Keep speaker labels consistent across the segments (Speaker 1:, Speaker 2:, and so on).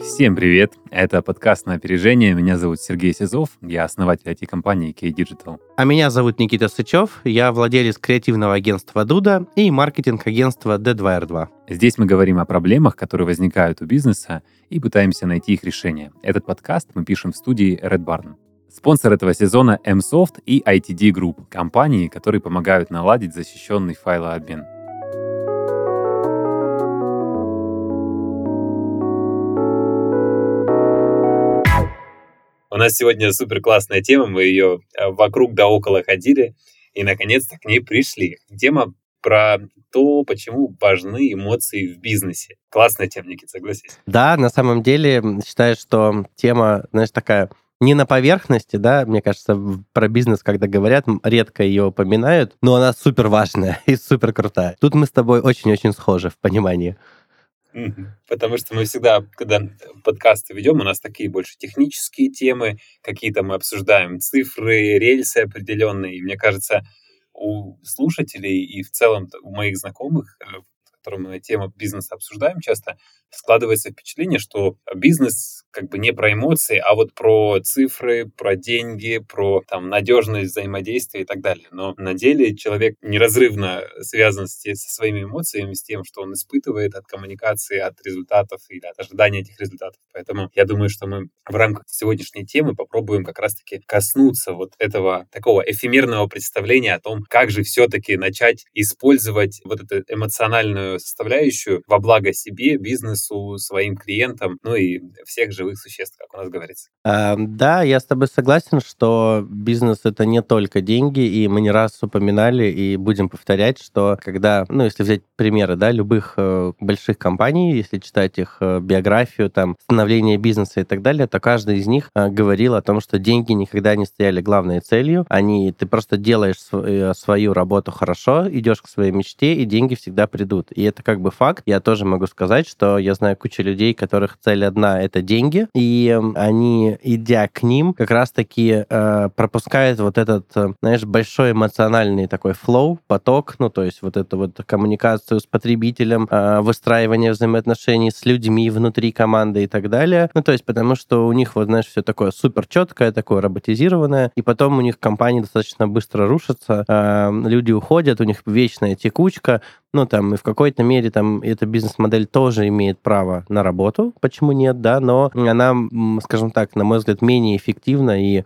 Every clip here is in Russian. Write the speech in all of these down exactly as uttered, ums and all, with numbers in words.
Speaker 1: Всем привет! Это подкаст «На опережение». Меня зовут Сергей Сизов, я основатель ай ти-компании Key Digital.
Speaker 2: А меня зовут Никита Сычев, я владелец креативного агентства Дуда и маркетинг-агентства ди два эр два.
Speaker 1: Здесь мы говорим о проблемах, которые возникают у бизнеса, и пытаемся найти их решение. Этот подкаст мы пишем в студии Red Barn. Спонсор этого сезона Msoft и ай ти ди Group, компании, которые помогают наладить защищенный файлообмен. У нас сегодня супер классная тема, мы ее вокруг да около ходили, и наконец-то к ней пришли. Тема про то, почему важны эмоции в бизнесе. Классная тема, Никит, согласись?
Speaker 2: Да, на самом деле, считаю, что тема, знаешь, такая не на поверхности, да, мне кажется, про бизнес, когда говорят, редко ее упоминают, но она супер важная и супер крутая. Тут мы с тобой очень-очень схожи в понимании.
Speaker 1: Потому что мы всегда, когда подкасты ведем, у нас такие больше технические темы, какие-то мы обсуждаем цифры, рельсы определенные. И мне кажется, у слушателей и в целом у моих знакомых, с которыми мы тему бизнеса обсуждаем часто, складывается впечатление, что бизнес как бы не про эмоции, а вот про цифры, про деньги, про там надежность взаимодействия и так далее. Но на деле человек неразрывно связан с те, со своими эмоциями, с тем, что он испытывает от коммуникации, от результатов или от ожидания этих результатов. Поэтому я думаю, что мы в рамках сегодняшней темы попробуем как раз-таки коснуться вот этого такого эфемерного представления о том, как же все-таки начать использовать вот эту эмоциональную составляющую во благо себе, бизнесу, своим клиентам, ну и всех живых существ, как у нас говорится.
Speaker 2: А, да, я с тобой согласен, что бизнес — это не только деньги, и мы не раз упоминали и будем повторять, что когда, ну, если взять примеры, да, любых э, больших компаний, если читать их э, биографию, там, становление бизнеса и так далее, то каждый из них э, говорил о том, что деньги никогда не стояли главной целью, они, ты просто делаешь св- свою работу хорошо, идешь к своей мечте, и деньги всегда придут. И это как бы факт. Я тоже могу сказать, что я знаю кучу людей, которых цель одна — это деньги, и они, идя к ним, как раз-таки э, пропускают вот этот, э, знаешь, большой эмоциональный такой флоу, поток, ну, то есть вот эту вот коммуникацию с потребителем, э, выстраивание взаимоотношений с людьми внутри команды и так далее. Ну, то есть потому что у них, вот, знаешь, все такое супер четкое, такое роботизированное, и потом у них компания достаточно быстро рушится, э, люди уходят, у них вечная текучка, ну, там, и в какой-то мере там эта бизнес-модель тоже имеет право на работу, почему нет, да, но она, скажем так, на мой взгляд, менее эффективна и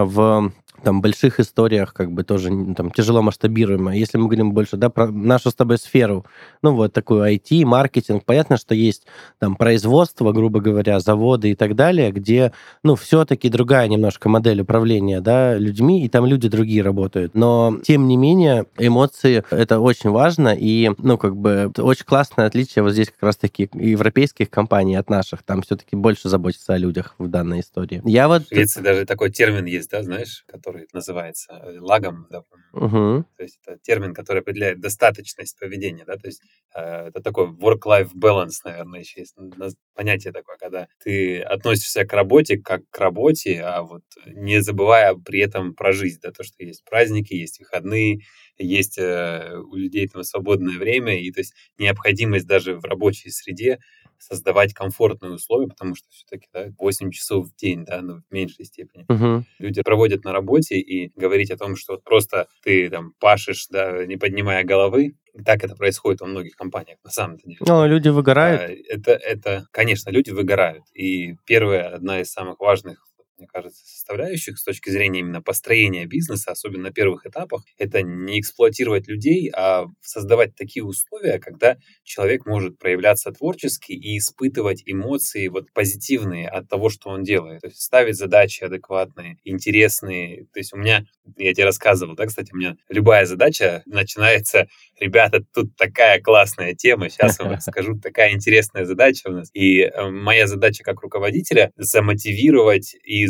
Speaker 2: в там больших историях как бы тоже там тяжело масштабируемо. Если мы говорим больше, да, про нашу с тобой сферу, ну, вот такую ай ти, маркетинг, понятно, что есть там производство, грубо говоря, заводы и так далее, где, ну, все-таки другая немножко модель управления, да, людьми, и там люди другие работают. Но, тем не менее, эмоции — это очень важно, и, ну, как бы, очень классное отличие вот здесь как раз-таки европейских компаний от наших. Там все-таки больше заботятся о людях в данной истории. Я вот...
Speaker 1: В Швеции даже такой термин есть, да, знаешь, который называется лагом, да,
Speaker 2: Угу.
Speaker 1: то есть это термин, который определяет достаточность поведения, да, то есть э, это такой work-life balance, наверное, еще есть понятие такое, когда ты относишься к работе как к работе, а вот не забывая при этом про жизнь, да, то, что есть праздники, есть выходные, есть э, у людей там свободное время, и то есть необходимость даже в рабочей среде создавать комфортные условия, потому что все-таки, да, восемь часов в день, да, но в меньшей степени.
Speaker 2: Угу.
Speaker 1: Люди проводят на работе, и говорить о том, что просто ты там пашешь, да, не поднимая головы, так это происходит во многих компаниях, на самом деле.
Speaker 2: Ну, люди выгорают.
Speaker 1: А, Это, это, конечно, люди выгорают. И первая, одна из самых важных, мне кажется, составляющих с точки зрения именно построения бизнеса, особенно на первых этапах, это не эксплуатировать людей, а создавать такие условия, когда человек может проявляться творчески и испытывать эмоции вот позитивные от того, что он делает. То есть ставить задачи адекватные, интересные. То есть у меня, я тебе рассказывал, да, кстати, у меня любая задача начинается: ребята, тут такая классная тема, сейчас вам расскажу, такая интересная задача у нас. И э, моя задача как руководителя — замотивировать и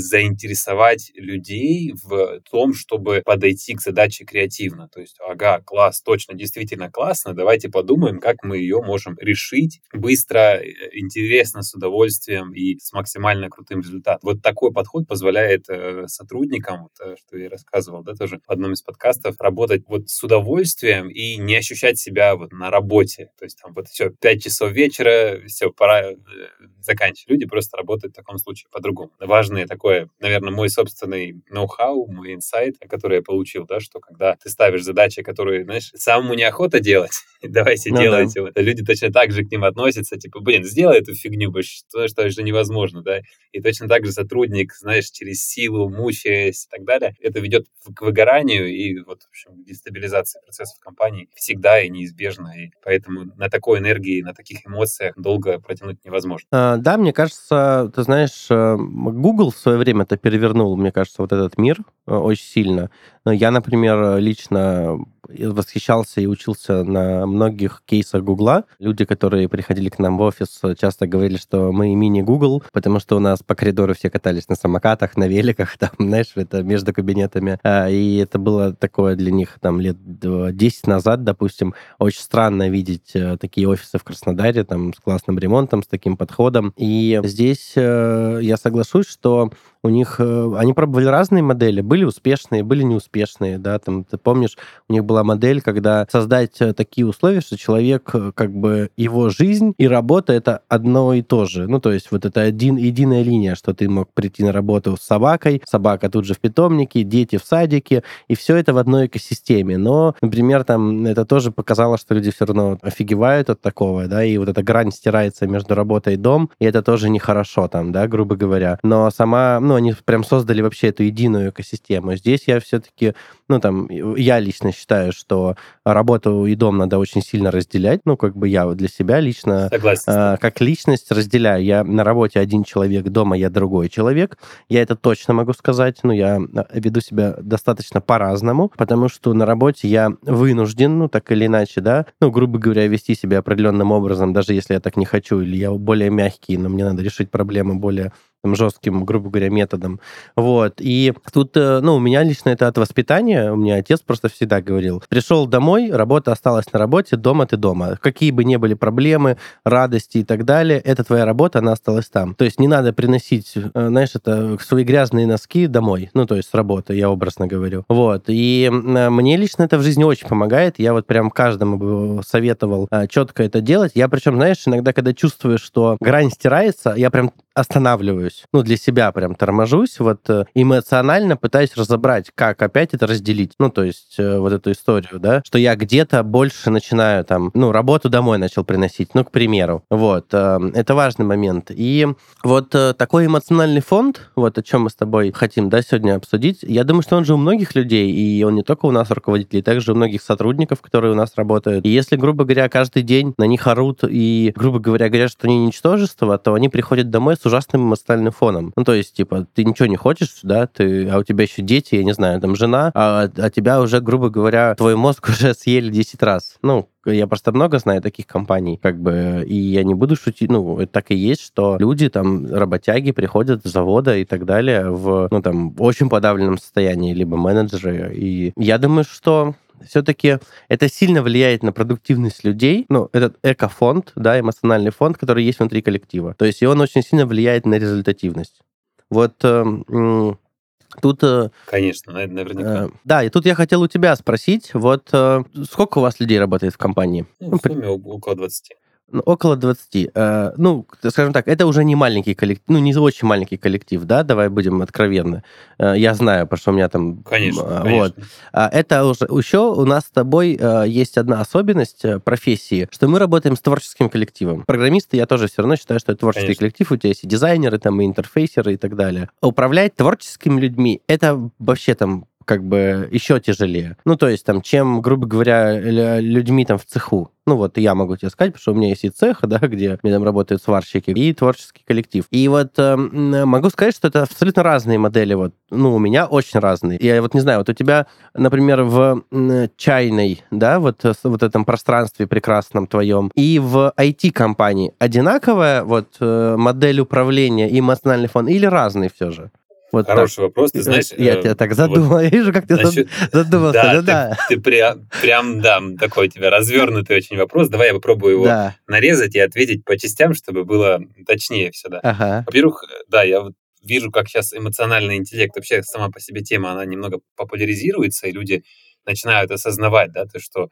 Speaker 1: заинтересовать людей в том, чтобы подойти к задаче креативно. То есть, ага, класс, точно, действительно классно, давайте подумаем, как мы ее можем решить быстро, интересно, с удовольствием и с максимально крутым результатом. Вот такой подход позволяет э, сотрудникам, вот, э, что я рассказывал, да, тоже в одном из подкастов, работать вот с удовольствием и не ощущать себя вот на работе. То есть там вот все, пять часов вечера, все, пора э, заканчивать. Люди просто работают в таком случае по-другому. Важное такое, наверное, мой собственный ноу-хау, мой инсайт, который я получил, да, что когда ты ставишь задачи, которые, знаешь, самому неохота делать, давайте
Speaker 2: Ну
Speaker 1: делайте. Вот. Люди точно так же к ним относятся, типа, блин, сделай эту фигню, потому что это же невозможно, да. И точно так же сотрудник, знаешь, через силу, мучаясь и так далее, это ведет к выгоранию и вот, в общем, к дестабилизации процессов компании всегда и неизбежно. И поэтому на такой энергии, на таких эмоциях долго протянуть невозможно.
Speaker 2: А, Да, мне кажется, ты знаешь, э, Google в свое время это перевернул, мне кажется, вот этот мир э, очень сильно. Но Я, например, лично восхищался и учился на многих кейсах Гугла. Люди, которые приходили к нам в офис, часто говорили, что мы мини-Google, потому что у нас по коридору все катались на самокатах, на великах, там, знаешь, это между кабинетами. А, И это было такое для них там лет десять назад, допустим, очень странно видеть э, такие офисы в Краснодаре, там, с классным ремонтом, с таким подходом. И здесь э, я соглашусь, что у них... э, Они пробовали разные модели, были успешные, были неуспешные, да, там, ты помнишь, у них была модель, когда создать э, такие условия, что человек, э, как бы, его жизнь и работа — это одно и то же. Ну, то есть вот это один, единая линия, что ты мог прийти на работу с собакой, собака тут же в питомнике, дети в садике, и все это в одной экосистеме. Но, например, там, это тоже показало, что люди все равно офигевают от такого, да, и вот эта грань стирается между работой и дом, и это тоже нехорошо, там, да, грубо говоря. Но сама, ну, они прям создали вообще эту единую экосистему. Здесь я все-таки, ну, там, я лично считаю, что работу и дом надо очень сильно разделять. Ну, как бы я для себя лично,
Speaker 1: Согласен.
Speaker 2: э, как личность разделяю. Я на работе один человек, дома я другой человек. Я это точно могу сказать. Ну, я веду себя достаточно по-разному, потому что на работе я вынужден, ну, так или иначе, да, ну, грубо говоря, вести себя определенным образом, даже если я так не хочу, или я более мягкий, но мне надо решить проблемы более там, жестким, грубо говоря, методом. Вот. И тут, ну, у меня лично это от воспитания. У меня отец просто всегда говорил: пришел домой, работа осталась на работе, дома ты дома. Какие бы ни были проблемы, радости и так далее, это твоя работа, она осталась там. То есть не надо приносить, знаешь, это свои грязные носки домой. Ну, то есть с работы, я образно говорю. Вот. И мне лично это в жизни очень помогает. Я вот прям каждому бы советовал четко это делать. Я причем, знаешь, иногда, когда чувствую, что грань стирается, я прям останавливаюсь, ну, для себя прям торможусь, вот эмоционально пытаюсь разобрать, как опять это разделить. Ну, то есть вот эту историю, да, что я где-то больше начинаю там, ну, работу домой начал приносить, ну, к примеру. Вот, это важный момент. И вот такой эмоциональный фонд, вот о чем мы с тобой хотим, да, сегодня обсудить, я думаю, что он же у многих людей, и он не только у нас руководителей, также у многих сотрудников, которые у нас работают. И если, грубо говоря, каждый день на них орут и, грубо говоря, говорят, что они ничтожество, то они приходят домой с ужасным эмоциональным фоном. Ну, то есть, типа, ты ничего не хочешь, да, ты, а у тебя еще дети, я не знаю, там, жена, а, а тебя уже, грубо говоря, твой мозг уже съели десять раз. Ну, я просто много знаю таких компаний, как бы, и я не буду шутить, ну, это так и есть, что люди, там, работяги приходят с завода и так далее в, ну, там, очень подавленном состоянии, либо менеджеры, и я думаю, что все-таки это сильно влияет на продуктивность людей. Ну, этот экофонд, да, эмоциональный фонд, который есть внутри коллектива. То есть и он очень сильно влияет на результативность. Вот э, тут...
Speaker 1: Конечно, наверняка.
Speaker 2: Э, да, и тут я хотел у тебя спросить, вот э, сколько у вас людей работает в компании?
Speaker 1: Ну, в сумме около двадцати.
Speaker 2: Около двадцати. Э, ну, скажем так, это уже не маленький коллектив, ну, не очень маленький коллектив, да, давай будем откровенны. Э, я знаю, потому что у меня там...
Speaker 1: Конечно,
Speaker 2: э,
Speaker 1: конечно.
Speaker 2: Вот. А это уже... Еще у нас с тобой э, есть одна особенность профессии, что мы работаем с творческим коллективом. Программисты, я тоже все равно считаю, что это творческий
Speaker 1: Конечно.
Speaker 2: коллектив, у тебя есть и дизайнеры, там, и интерфейсеры и так далее. Управлять творческими людьми, это вообще там как бы еще тяжелее. Ну, то есть, там, чем, грубо говоря, людьми там в цеху. Ну, вот я могу тебе сказать, потому что у меня есть и цех, да, где мне там работают сварщики, и творческий коллектив. И вот э, могу сказать, что это абсолютно разные модели. Вот, ну, у меня очень разные. Я вот не знаю, вот у тебя, например, в чайной, да, вот, вот этом пространстве прекрасном твоем, и в ай ти-компании одинаковая вот модель управления и эмоциональный фон, или разные все же? Вот так.
Speaker 1: Хороший вопрос, ты знаешь...
Speaker 2: Я
Speaker 1: э,
Speaker 2: тебя так
Speaker 1: вот
Speaker 2: задумал, я вижу, как ты зад-
Speaker 1: насчет...
Speaker 2: задумался.
Speaker 1: Да, ты,
Speaker 2: Да-да.
Speaker 1: ты пря- прям, да, такой у тебя развернутый очень вопрос. Давай я попробую его
Speaker 2: Да.
Speaker 1: нарезать и ответить по частям, чтобы было точнее все, да.
Speaker 2: Ага.
Speaker 1: Во-первых, э, да, я вот вижу, как сейчас эмоциональный интеллект, вообще сама по себе тема, она немного популяризируется, и люди начинают осознавать, да, то, что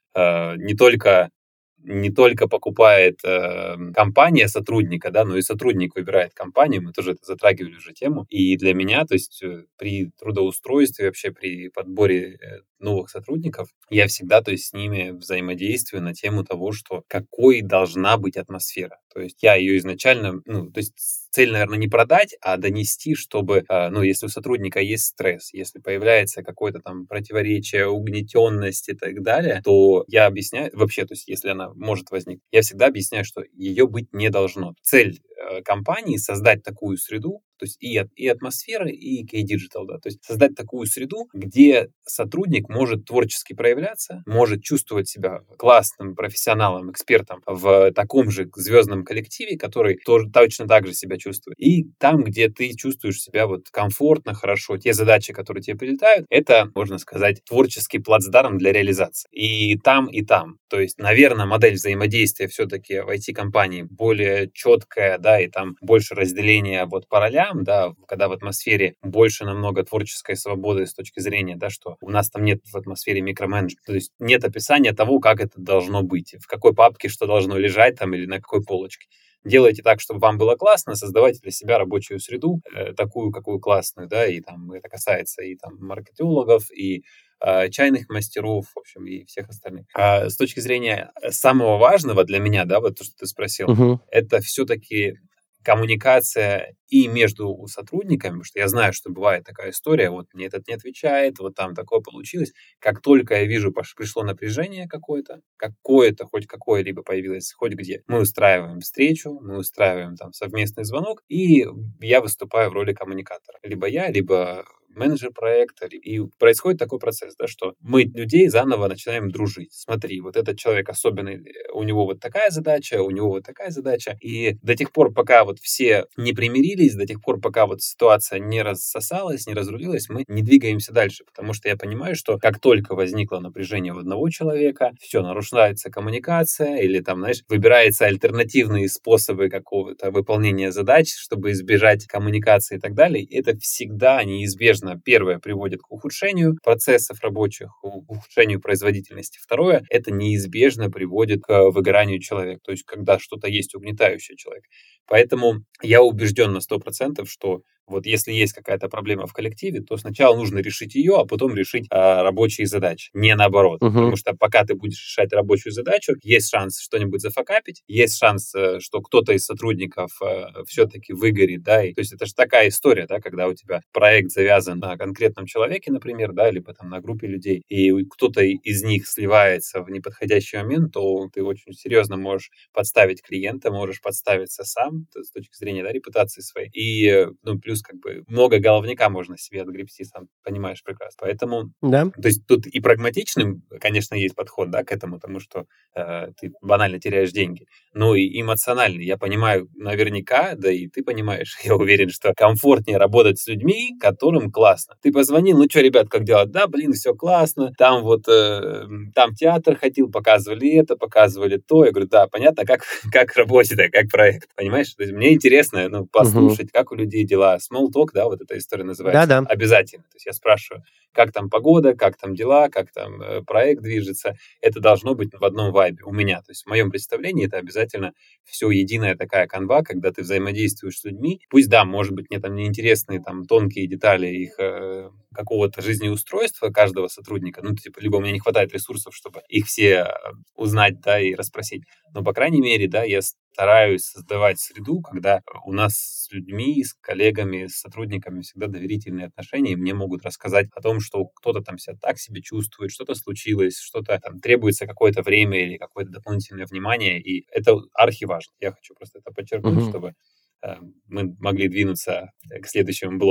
Speaker 1: э, не только не только покупает э, компания сотрудника, да, но и сотрудник выбирает компанию. Мы тоже это затрагивали уже тему. И для меня, то есть э, при трудоустройстве, вообще при подборе э, новых сотрудников, я всегда, то есть с ними взаимодействую на тему того, что какой должна быть атмосфера. То есть я ее изначально, ну, то есть цель, наверное, не продать, а донести, чтобы, э, ну, если у сотрудника есть стресс, если появляется какое-то там противоречие, угнетенность и так далее, то я объясняю, вообще, то есть если она может возникнуть, я всегда объясняю, что ее быть не должно. Цель э, компании — создать такую среду, то есть и, и атмосфера, и K-Digital, да, то есть создать такую среду, где сотрудник может творчески проявляться, может чувствовать себя классным профессионалом, экспертом в таком же звездном коллективе, который тоже точно так же себя чувствует. И там, где ты чувствуешь себя вот комфортно, хорошо, те задачи, которые тебе прилетают, это, можно сказать, творческий плацдарм для реализации. И там, и там. То есть, наверное, модель взаимодействия все-таки в ай ти-компании более четкая, да, и там больше разделения вот по ролям, да, когда в атмосфере больше намного творческой свободы с точки зрения, да, что у нас там нет в атмосфере микроменеджмента, то есть нет описания того, как это должно быть, в какой папке что должно лежать там или на какой полочке. Делайте так, чтобы вам было классно, создавайте для себя рабочую среду, э, такую, какую классную, да, и там это касается и там маркетологов, и э, чайных мастеров, в общем, и всех остальных. А с точки зрения самого важного для меня, да, вот то, что ты спросил,
Speaker 2: Угу.
Speaker 1: это все-таки коммуникация и между сотрудниками, потому что я знаю, что бывает такая история, вот мне этот не отвечает, вот там такое получилось. Как только я вижу, пош- пришло напряжение какое-то, какое-то, хоть какое-либо появилось, хоть где, мы устраиваем встречу, мы устраиваем там совместный звонок, и я выступаю в роли коммуникатора. Либо я, либо менеджер проекта, и происходит такой процесс, да, что мы людей заново начинаем дружить. Смотри, вот этот человек особенный, у него вот такая задача, у него вот такая задача, и до тех пор, пока вот все не примирились, до тех пор, пока вот ситуация не рассосалась, не разрулилась, мы не двигаемся дальше, потому что я понимаю, что как только возникло напряжение у одного человека, все, нарушается коммуникация, или там, знаешь, выбираются альтернативные способы какого-то выполнения задач, чтобы избежать коммуникации и так далее, это всегда неизбежно. Первое, приводит к ухудшению процессов рабочих, ухудшению производительности. Второе, это неизбежно приводит к выгоранию человека, то есть когда что-то есть угнетающее человека. Поэтому я убежден на сто процентов, что вот если есть какая-то проблема в коллективе, то сначала нужно решить ее, а потом решить а, рабочие задачи. Не наоборот.
Speaker 2: Угу.
Speaker 1: Потому что пока ты будешь решать рабочую задачу, есть шанс что-нибудь зафакапить, есть шанс, что кто-то из сотрудников а, все-таки выгорит, да. И, то есть это же такая история, да, когда у тебя проект завязан на конкретном человеке, например, да, либо там на группе людей, и кто-то из них сливается в неподходящий момент, то ты очень серьезно можешь подставить клиента, можешь подставиться сам с точки зрения, да, репутации своей. И, ну, плюс как бы много головняка можно себе отгребсти, сам понимаешь прекрасно. Поэтому,
Speaker 2: Да.
Speaker 1: то есть тут и прагматичным, конечно, есть подход, да, к этому, потому что э, ты банально теряешь деньги, но и эмоциональный. Я понимаю наверняка, да и ты понимаешь, я уверен, что комфортнее работать с людьми, которым классно. Ты позвонил, ну что, ребят, как дела? Да, блин, все классно. Там вот, э, там театр ходил, показывали это, показывали то. Я говорю, да, понятно, как, как работает, как проект, понимаешь? То есть мне интересно, ну, послушать, угу. как у людей дела. Small talk, да, вот эта история называется.
Speaker 2: Да-да.
Speaker 1: Обязательно. То есть я спрашиваю, как там погода, как там дела, как там э, проект движется. Это должно быть в одном вайбе у меня. То есть в моем представлении это обязательно все единая такая канва, когда ты взаимодействуешь с людьми. Пусть, да, может быть, мне там неинтересные там тонкие детали их э, какого-то жизнеустройства каждого сотрудника. Ну, типа, либо у меня не хватает ресурсов, чтобы их все узнать, да, и расспросить. Но, по крайней мере, да, я стараюсь создавать среду, когда у нас с людьми, с коллегами, с сотрудниками всегда доверительные отношения, и мне могут рассказать о том, что кто-то там себя так себе чувствует, что-то случилось, что-то там требуется какое-то время или какое-то дополнительное внимание, и это архиважно. Я хочу просто это подчеркнуть, угу. чтобы э, мы могли двинуться к следующему блоку.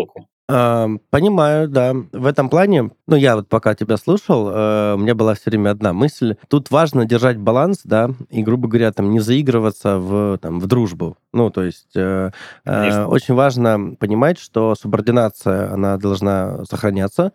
Speaker 2: А, понимаю, да. В этом плане, ну, я вот пока тебя слушал, э, у меня была все время одна мысль. Тут важно держать баланс, да, и, грубо говоря, там, не заигрываться в, там, в дружбу. Ну, то есть э, э,
Speaker 1: Конечно.
Speaker 2: очень важно понимать, что субординация, она должна сохраняться.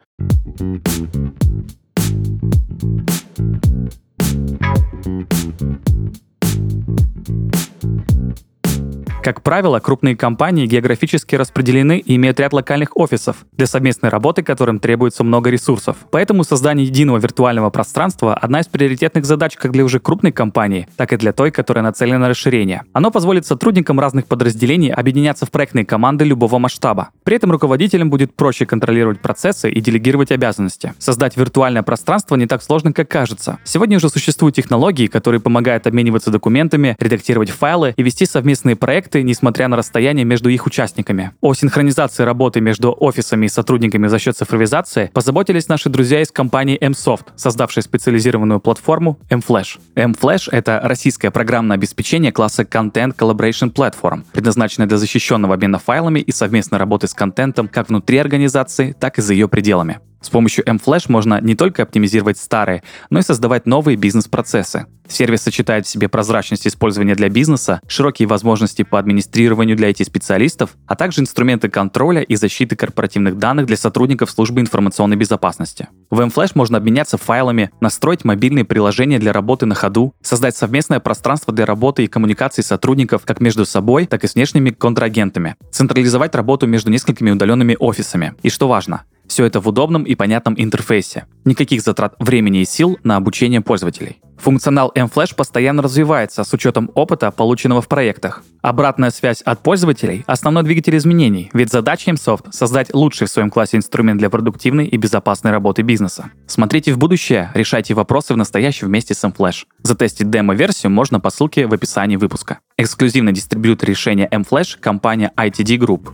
Speaker 3: Как правило, крупные компании географически распределены и имеют ряд локальных офисов, для совместной работы которым требуется много ресурсов. Поэтому создание единого виртуального пространства – одна из приоритетных задач как для уже крупной компании, так и для той, которая нацелена на расширение. Оно позволит сотрудникам разных подразделений объединяться в проектные команды любого масштаба. При этом руководителям будет проще контролировать процессы и делегировать обязанности. Создать виртуальное пространство не так сложно, как кажется. Сегодня уже существуют технологии, которые помогают обмениваться документами, редактировать файлы и вести совместные проекты, несмотря на расстояние между их участниками. О синхронизации работы между офисами и сотрудниками за счет цифровизации позаботились наши друзья из компании Msoft, создавшей специализированную платформу mFlash. mFlash — это российское программное обеспечение класса Content Collaboration Platform, предназначенное для защищенного обмена файлами и совместной работы с контентом как внутри организации, так и за ее пределами. С помощью mFlash можно не только оптимизировать старые, но и создавать новые бизнес-процессы. Сервис сочетает в себе прозрачность использования для бизнеса, широкие возможности по администрированию для ай ти-специалистов, а также инструменты контроля и защиты корпоративных данных для сотрудников службы информационной безопасности. В mFlash можно обменяться файлами, настроить мобильные приложения для работы на ходу, создать совместное пространство для работы и коммуникации сотрудников как между собой, так и с внешними контрагентами, централизовать работу между несколькими удаленными офисами. И что важно, все это в удобном и понятном интерфейсе. Никаких затрат времени и сил на обучение пользователей. Функционал mFlash постоянно развивается с учетом опыта, полученного в проектах. Обратная связь от пользователей – основной двигатель изменений, ведь задача Msoft – создать лучший в своем классе инструмент для продуктивной и безопасной работы бизнеса. Смотрите в будущее, решайте вопросы в настоящем вместе с mFlash. Затестить демо-версию можно по ссылке в описании выпуска. Эксклюзивный дистрибьютор решения mFlash – компания ай ти ди Group.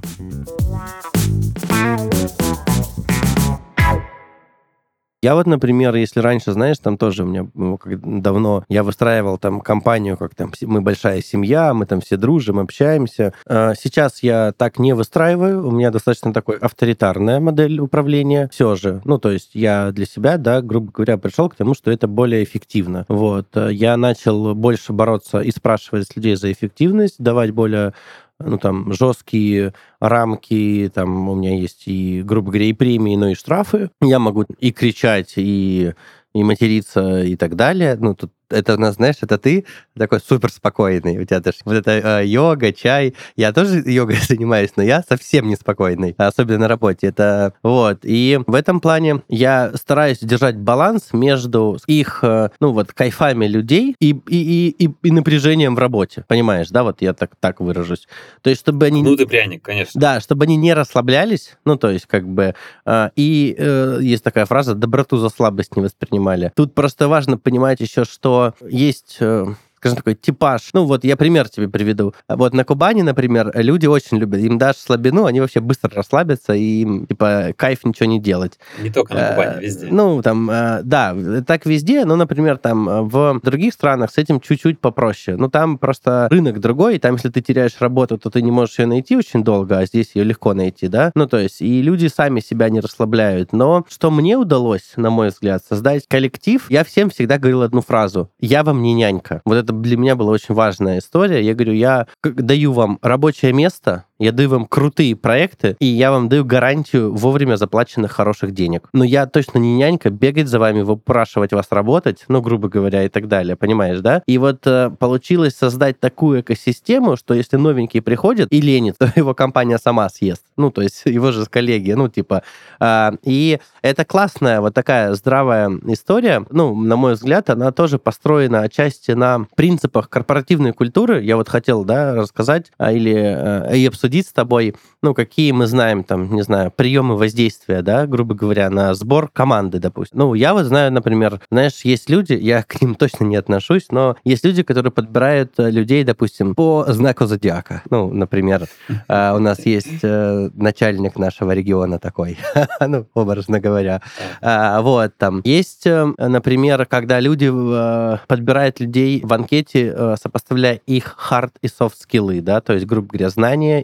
Speaker 2: Я вот, например, если раньше, знаешь, там тоже у меня ну, давно я выстраивал там компанию, как там мы большая семья, мы там все дружим, общаемся. Сейчас я так не выстраиваю, у меня достаточно такой авторитарная модель управления все же. Ну, то есть я для себя, да, грубо говоря, пришел к тому, что это более эффективно. Вот. Я начал больше бороться и спрашивать с людей за эффективность, давать более ну, там, жесткие рамки, там, у меня есть и, грубо говоря, и премии, но и штрафы. Я могу и кричать, и, и материться, и так далее. Ну, тут это, знаешь, это ты такой супер спокойный. У тебя даже вот это э, йога, чай. Я тоже йогой занимаюсь, но я совсем не спокойный, особенно на работе. Это вот. И в этом плане я стараюсь держать баланс между их, э, ну вот, кайфами людей и, и, и, и напряжением в работе. Понимаешь, да? Вот я так, так выражусь. То есть, чтобы они...
Speaker 1: Ну, ты пряник, конечно.
Speaker 2: Да, чтобы они не расслаблялись, ну, то есть, как бы... Э, и э, есть такая фраза «доброту за слабость не воспринимали». Тут просто важно понимать еще, что есть, скажем, такой типаж. Ну, вот я пример тебе приведу. Вот на Кубани, например, люди очень любят. Им дашь слабину, они вообще быстро расслабятся, и им, типа, кайф ничего не делать.
Speaker 1: Не только на Кубани, везде.
Speaker 2: Ну, там, да, так везде, но, например, там, в других странах с этим чуть-чуть попроще. Ну, там просто рынок другой, и там, если ты теряешь работу, то ты не можешь ее найти очень долго, а здесь ее легко найти, да? Ну, то есть, и люди сами себя не расслабляют. Но что мне удалось, на мой взгляд, создать коллектив, я всем всегда говорил одну фразу. Я вам не нянька. Вот это для меня была очень важная история. Я говорю, я даю вам рабочее место, я даю вам крутые проекты, и я вам даю гарантию вовремя заплаченных хороших денег. Но я точно не нянька, бегать за вами, выпрашивать вас работать, ну, грубо говоря, и так далее, понимаешь, да? И вот э, получилось создать такую экосистему, что если новенький приходит и ленит, то его компания сама съест. Ну, то есть его же коллеги, ну, типа... Э, и это классная вот такая здравая история. Ну, на мой взгляд, она тоже построена отчасти на принципах корпоративной культуры. Я вот хотел, да, рассказать а, или э, и обсудить с тобой, ну, какие мы знаем, там, не знаю, приемы воздействия, да, грубо говоря, на сбор команды, допустим. Ну, я вот знаю, например, знаешь, есть люди, я к ним точно не отношусь, но есть люди, которые подбирают людей, допустим, по знаку зодиака. Ну, например, у нас есть начальник нашего региона такой, ну, образно говоря. Вот, там. Есть, например, когда люди подбирают людей в анкете, сопоставляя их hard и soft скиллы, да, то есть, грубо говоря, знания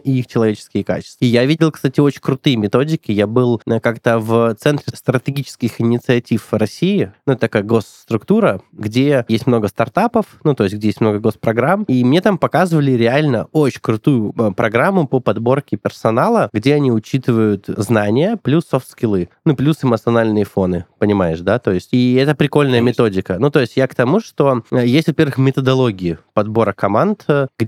Speaker 2: и их человеческие качества. И я видел, кстати, очень крутые методики. Я был как-то в Центре стратегических инициатив России, ну, это такая госструктура, где есть много стартапов, ну, то есть где есть много госпрограмм, и мне там показывали реально очень крутую программу по подборке персонала, где они учитывают знания плюс софт-скиллы, ну, плюс эмоциональные фоны, понимаешь, да, то есть, и это прикольная
Speaker 1: Конечно.
Speaker 2: методика. Ну, то есть я к тому, что есть, во-первых, методологии подбора команд,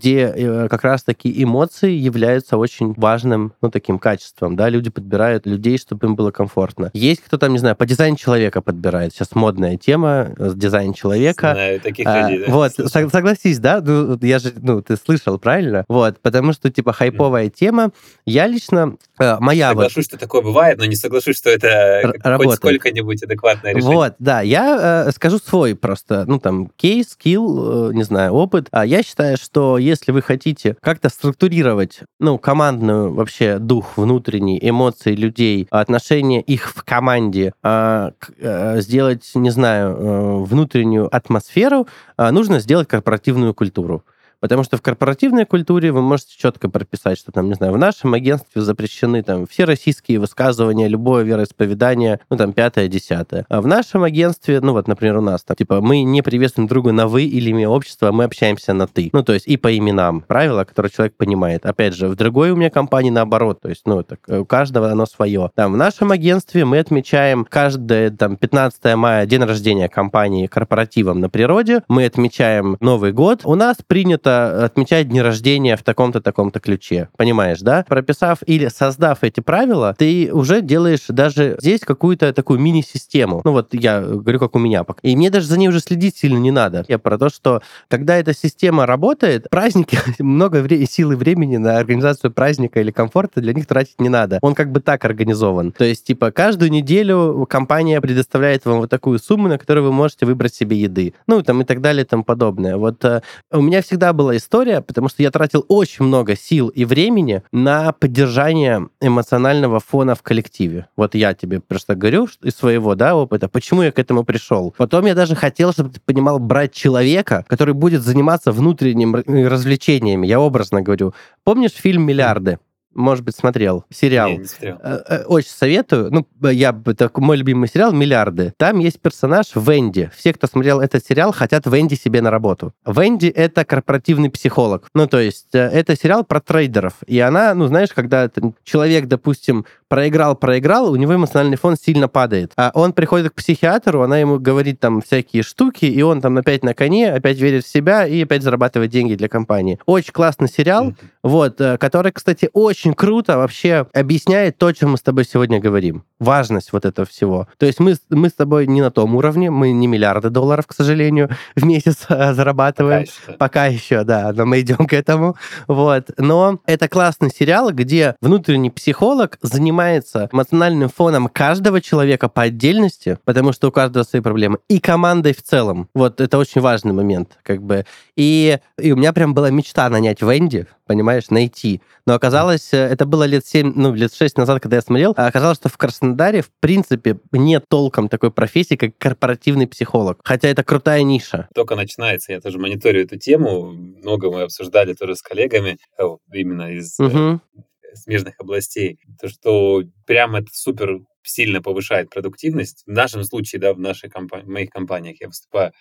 Speaker 2: где как раз-таки эмоции являются очень важным, ну, таким качеством, да, люди подбирают людей, чтобы им было комфортно. Есть кто там, не знаю, по дизайну человека подбирает, сейчас модная тема, дизайн человека.
Speaker 1: Знаю таких
Speaker 2: а,
Speaker 1: людей, да,
Speaker 2: Вот,
Speaker 1: слышал.
Speaker 2: согласись, да, ну, я же, ну, ты слышал, правильно? Вот, потому что, типа, хайповая mm. тема. Я лично, э, моя
Speaker 1: Соглашусь,
Speaker 2: вот...
Speaker 1: что такое бывает, но не соглашусь, что это
Speaker 2: Р-
Speaker 1: хоть
Speaker 2: работает.
Speaker 1: сколько-нибудь адекватное решение.
Speaker 2: Вот, да, я э, скажу свой просто, ну, там, кейс, скилл, э, не знаю, опыт. А я считаю, что если вы хотите как-то структурировать, ну, командную вообще дух внутренний, эмоции людей, отношения их в команде, э, э, сделать, не знаю, э, внутреннюю атмосферу, э, нужно сделать корпоративную культуру. Потому что в корпоративной культуре вы можете четко прописать, что там, не знаю, в нашем агентстве запрещены там все российские высказывания, любое вероисповедание, ну там пятое, десятое. А в нашем агентстве, ну вот, например, у нас там, типа, мы не приветствуем друга на вы или имя общества, мы общаемся на ты. Ну, то есть и по именам. Правила, которые человек понимает. Опять же, в другой у меня компании наоборот. То есть, ну, так, у каждого оно свое. Там в нашем агентстве мы отмечаем каждое, там, пятнадцатое мая, день рождения компании корпоративом на природе. Мы отмечаем Новый год. У нас принято отмечать дни рождения в таком-то, таком-то ключе. Понимаешь, да? Прописав или создав эти правила, ты уже делаешь даже здесь какую-то такую мини-систему. Ну вот я говорю, как у меня. И мне даже за ней уже следить сильно не надо. Я про то, что когда эта система работает, праздники, много вре- сил и времени на организацию праздника или комфорта для них тратить не надо. Он как бы так организован. То есть, типа, каждую неделю компания предоставляет вам вот такую сумму, на которую вы можете выбрать себе еды. Ну, там и так далее и тому подобное. Вот э, у меня всегда была история, потому что я тратил очень много сил и времени на поддержание эмоционального фона в коллективе. Вот я тебе просто говорю из своего, да, опыта, почему я к этому пришел. Потом я даже хотел, чтобы ты понимал, брать человека, который будет заниматься внутренними развлечениями. Я образно говорю. Помнишь фильм «Миллиарды»? Может быть, смотрел. Сериал.
Speaker 1: Не, не смотрел.
Speaker 2: Очень советую. Ну, я это мой любимый сериал «Миллиарды». Там есть персонаж Венди. Все, кто смотрел этот сериал, хотят Венди себе на работу. Венди — это корпоративный психолог. Ну, то есть, это сериал про трейдеров. И она, ну, знаешь, когда человек, допустим, проиграл-проиграл, у него эмоциональный фон сильно падает. А он приходит к психиатру, она ему говорит там всякие штуки, и он там опять на коне, опять верит в себя и опять зарабатывает деньги для компании. Очень классный сериал, mm-hmm. вот, который, кстати, очень очень круто вообще объясняет то, о чем мы с тобой сегодня говорим. Важность вот этого всего. То есть мы, мы с тобой не на том уровне, мы не миллиарды долларов, к сожалению, в месяц зарабатываем. Пока еще, Пока еще да, но мы идем к этому. Вот. Но это классный сериал, где внутренний психолог занимается эмоциональным фоном каждого человека по отдельности, потому что у каждого свои проблемы, и командой в целом. Вот это очень важный момент. Как бы. И, и у меня прям была мечта нанять Венди, понимаешь, найти. Но оказалось, это было лет семь, ну, лет шесть назад, когда я смотрел, а оказалось, что в Краснодаре, в принципе, нет толком такой профессии, как корпоративный психолог. Хотя это крутая ниша.
Speaker 1: Только начинается. Я тоже мониторю эту тему. Много мы обсуждали тоже с коллегами, именно из угу. смежных областей. То, что прям это супер сильно повышает продуктивность. В нашем случае, да, в нашей компании, в моих компаниях я выступаю,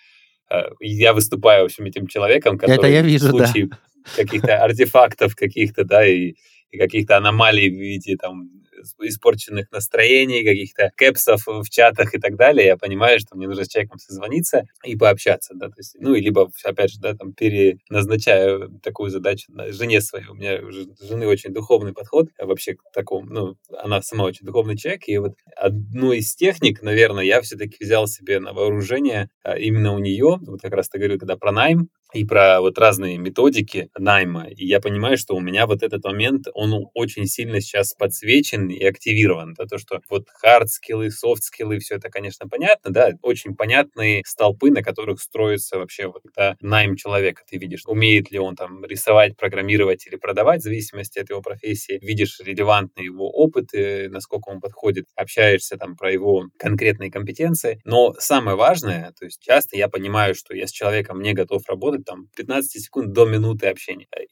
Speaker 1: я выступаю, в общем, этим человеком, который
Speaker 2: это я вижу,
Speaker 1: в случае
Speaker 2: да.
Speaker 1: каких-то артефактов, каких-то, да, и, и каких-то аномалий в виде там испорченных настроений, каких-то кэпсов в чатах и так далее, я понимаю, что мне нужно с человеком созвониться и пообщаться, да, то есть, ну, и либо, опять же, да, там, переназначаю такую задачу жене своей. У меня у жены очень духовный подход вообще к такому, ну, она сама очень духовный человек, и вот одну из техник, наверное, я все-таки взял себе на вооружение именно у нее, вот как раз ты говорил, когда про найм, и про вот разные методики найма. И я понимаю, что у меня вот этот момент, он очень сильно сейчас подсвечен и активирован. Да, то, что вот хард-скиллы, софт-скиллы, все это, конечно, понятно, да, очень понятные столпы, на которых строится вообще вот да, найм человека. Ты видишь, умеет ли он там рисовать, программировать или продавать, в зависимости от его профессии. Видишь релевантный его опыт, насколько он подходит, общаешься там про его конкретные компетенции. Но самое важное, то есть часто я понимаю, что я с человеком не готов работать, там, пятнадцать секунд до минуты общения. И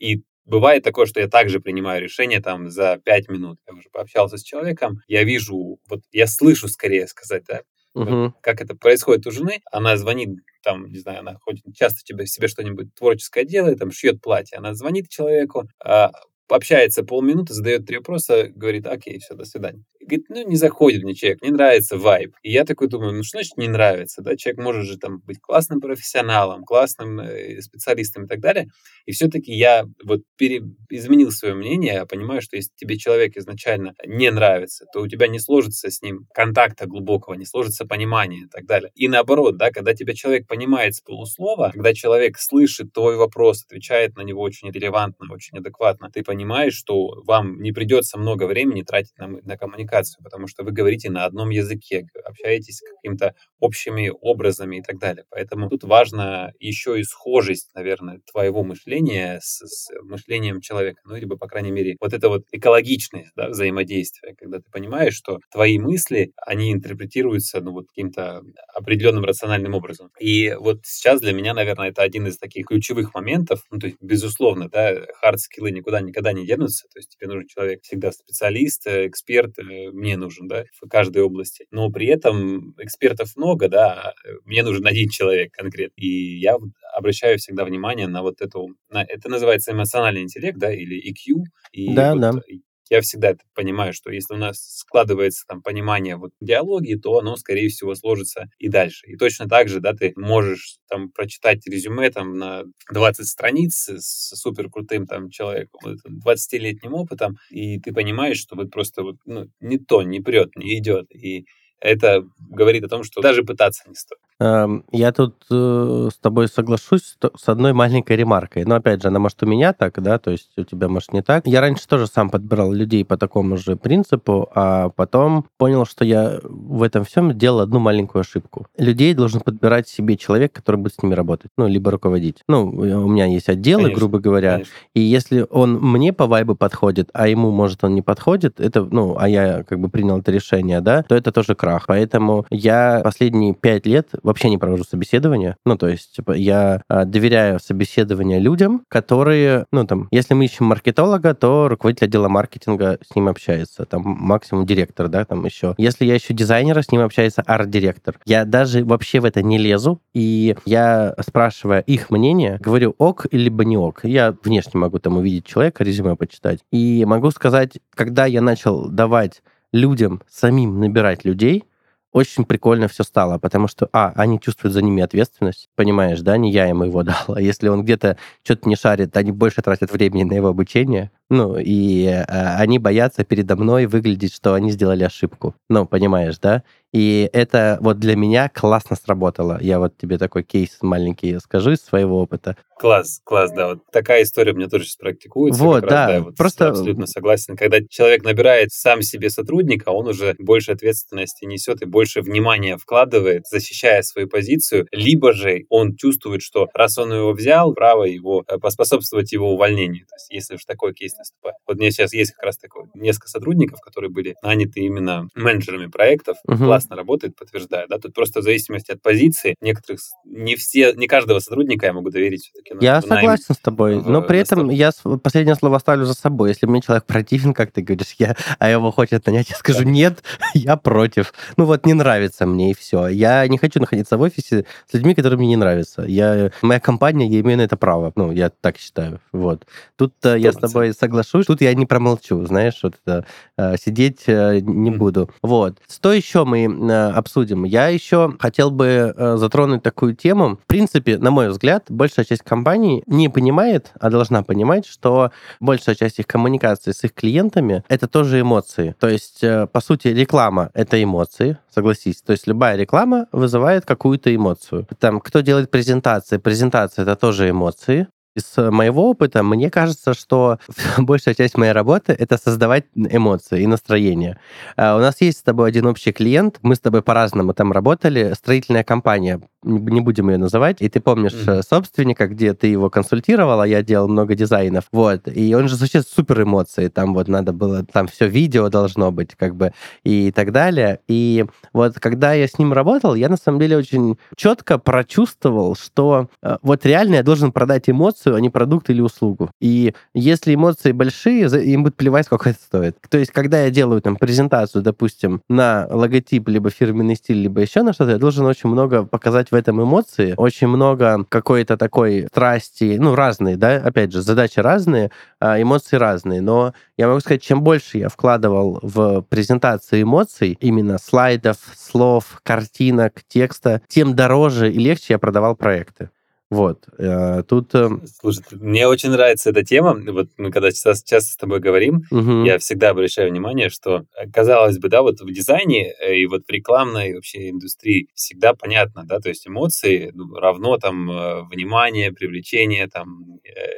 Speaker 1: бывает такое, что я также принимаю решение там за пять минут. Я уже пообщался с человеком, я вижу, вот я слышу, скорее сказать, да,
Speaker 2: Угу.
Speaker 1: как это происходит у жены. Она звонит, там, не знаю, она хоть часто тебе, себе что-нибудь творческое делает, там, шьет платье. Она звонит человеку, а, общается полминуты, задает три вопроса, говорит, окей, все, до свидания. И говорит, ну, не заходит мне человек, не нравится вайб. И я такой думаю, ну, что значит не нравится, да? Человек может же там быть классным профессионалом, классным э, специалистом и так далее. И все-таки я вот пере... изменил свое мнение, я понимаю, что если тебе человек изначально не нравится, то у тебя не сложится с ним контакта глубокого, не сложится понимания и так далее. И наоборот, да, когда тебя человек понимает с полуслова, когда человек слышит твой вопрос, отвечает на него очень релевантно, очень адекватно, ты понимаешь, что вам не придется много времени тратить на, на коммуникацию, потому что вы говорите на одном языке, общаетесь какими-то общими образами и так далее. Поэтому тут важно еще и схожесть, наверное, твоего мышления с, с мышлением человека. Ну, либо, по крайней мере, вот это вот экологичность, да, взаимодействия, когда ты понимаешь, что твои мысли, они интерпретируются, ну, вот каким-то определенным рациональным образом. И вот сейчас для меня, наверное, это один из таких ключевых моментов. Ну, то есть, безусловно, да, хард-скиллы никуда никогда не денутся. То есть тебе нужен человек всегда специалист, эксперт, мне нужен, да, в каждой области. Но при этом экспертов много, да, мне нужен один человек конкретно. И я обращаю всегда внимание на вот эту, на, это называется эмоциональный интеллект, да, или и кью. И
Speaker 2: Да,
Speaker 1: вот
Speaker 2: да.
Speaker 1: я всегда это понимаю, что если у нас складывается там понимание вот диалоги, то оно, скорее всего, сложится и дальше. И точно так же, да, ты можешь там прочитать резюме там на двадцать страниц с супер крутым там человеком, двадцатилетним опытом, и ты понимаешь, что вот просто вот, ну, не то, не прет, не идет. И это говорит о том, что даже пытаться не стоит.
Speaker 2: Я тут э, с тобой соглашусь с одной маленькой ремаркой. Но, опять же, она, может, у меня так, да, то есть у тебя, может, не так. Я раньше тоже сам подбирал людей по такому же принципу, а потом понял, что я в этом всем делал одну маленькую ошибку. Людей должен подбирать себе человек, который будет с ними работать, ну, либо руководить. Ну, у меня есть отделы,
Speaker 1: Конечно,
Speaker 2: грубо говоря,
Speaker 1: конечно.
Speaker 2: И если он мне по вайбу подходит, а ему, может, он не подходит, это, ну, а я как бы принял это решение, да, то это тоже крах. Поэтому я последние пять лет вообще не провожу собеседования. Ну, то есть, типа, я а, доверяю собеседование людям, которые, ну, там, если мы ищем маркетолога, то руководитель отдела маркетинга с ним общается, там, максимум директор, да, там еще. Если я ищу дизайнера, с ним общается арт-директор. Я даже вообще в это не лезу, и я, спрашивая их мнение, говорю ок либо не ок. Я внешне могу там увидеть человека, резюме почитать. И могу сказать, когда я начал давать людям самим набирать людей, очень прикольно все стало, потому что, а, они чувствуют за ними ответственность, понимаешь, да, не я ему его дал, а если он где-то что-то не шарит, они больше тратят времени на его обучение, ну, и э, они боятся передо мной выглядеть, что они сделали ошибку, ну, понимаешь, да, и это вот для меня классно сработало. Я вот тебе такой кейс маленький скажу из своего опыта.
Speaker 1: Класс, класс, да. Вот такая история у меня тоже сейчас практикуется.
Speaker 2: Вот,
Speaker 1: как раз,
Speaker 2: да,
Speaker 1: да, вот
Speaker 2: просто-
Speaker 1: абсолютно согласен. Когда человек набирает сам себе сотрудника, он уже больше ответственности несет и больше внимания вкладывает, защищая свою позицию. Либо же он чувствует, что раз он его взял, право его э, поспособствовать его увольнению. То есть, если уж такой кейс наступает. Вот у меня сейчас есть как раз такое несколько сотрудников, которые были наняты именно менеджерами проектов.
Speaker 2: Мгм.
Speaker 1: Классно работает, подтверждаю. Да? Тут просто в зависимости от позиции некоторых, с- не все, не каждого сотрудника я могу доверить все-таки.
Speaker 2: Я согласен с тобой,
Speaker 1: в-
Speaker 2: но при этом
Speaker 1: настолько.
Speaker 2: я с- последнее слово оставлю за собой. Если мне человек противен, как ты говоришь, я, а его хочет нанять, я скажу нет, я против. Ну вот не нравится мне, и все. Я не хочу находиться в офисе с людьми, которые мне не нравятся. Я, моя компания, я имею на это право. Ну, я так считаю. Вот. Тут э, я с
Speaker 1: Сто процентов.
Speaker 2: тобой соглашусь, тут я не промолчу, знаешь, вот это, э, сидеть э, не
Speaker 1: Мгм.
Speaker 2: буду. Вот. Что еще мы э, обсудим? Я еще хотел бы э, затронуть такую тему. В принципе, на мой взгляд, большая часть компаний не понимает, а должна понимать, что большая часть их коммуникации с их клиентами — это тоже эмоции. То есть, э, по сути, реклама — это эмоции, согласись. То есть любая реклама вызывает какую-то эмоцию. Там, кто делает презентации, презентация — это тоже эмоции. Из моего опыта, мне кажется, что большая часть моей работы — это создавать эмоции и настроение. А, У нас есть с тобой один общий клиент, мы с тобой по-разному там работали, строительная компания. не будем ее называть, и ты помнишь mm-hmm. собственника, где ты его консультировал, а я делал много дизайнов, вот, и он же вообще супер эмоции, там вот надо было, там все видео должно быть, как бы, и так далее, и вот когда я с ним работал, я на самом деле очень четко прочувствовал, что э, вот реально я должен продать эмоцию, а не продукт или услугу, и если эмоции большие, им будет плевать, сколько это стоит. То есть, когда я делаю там презентацию, допустим, на логотип, либо фирменный стиль, либо еще на что-то, я должен очень много показать в этом эмоции, очень много какой-то такой страсти, ну, разные, да, опять же, задачи разные, эмоции разные, но я могу сказать, чем больше я вкладывал в презентацию эмоций, именно слайдов, слов, картинок, текста, тем дороже и легче я продавал проекты. Вот, тут...
Speaker 1: Слушай, мне очень нравится эта тема. Вот мы когда часто, часто с тобой говорим, угу. я всегда обращаю внимание, что, казалось бы, да, вот в дизайне и вот в рекламной вообще индустрии всегда понятно, да, то есть эмоции равно там внимание, привлечение, там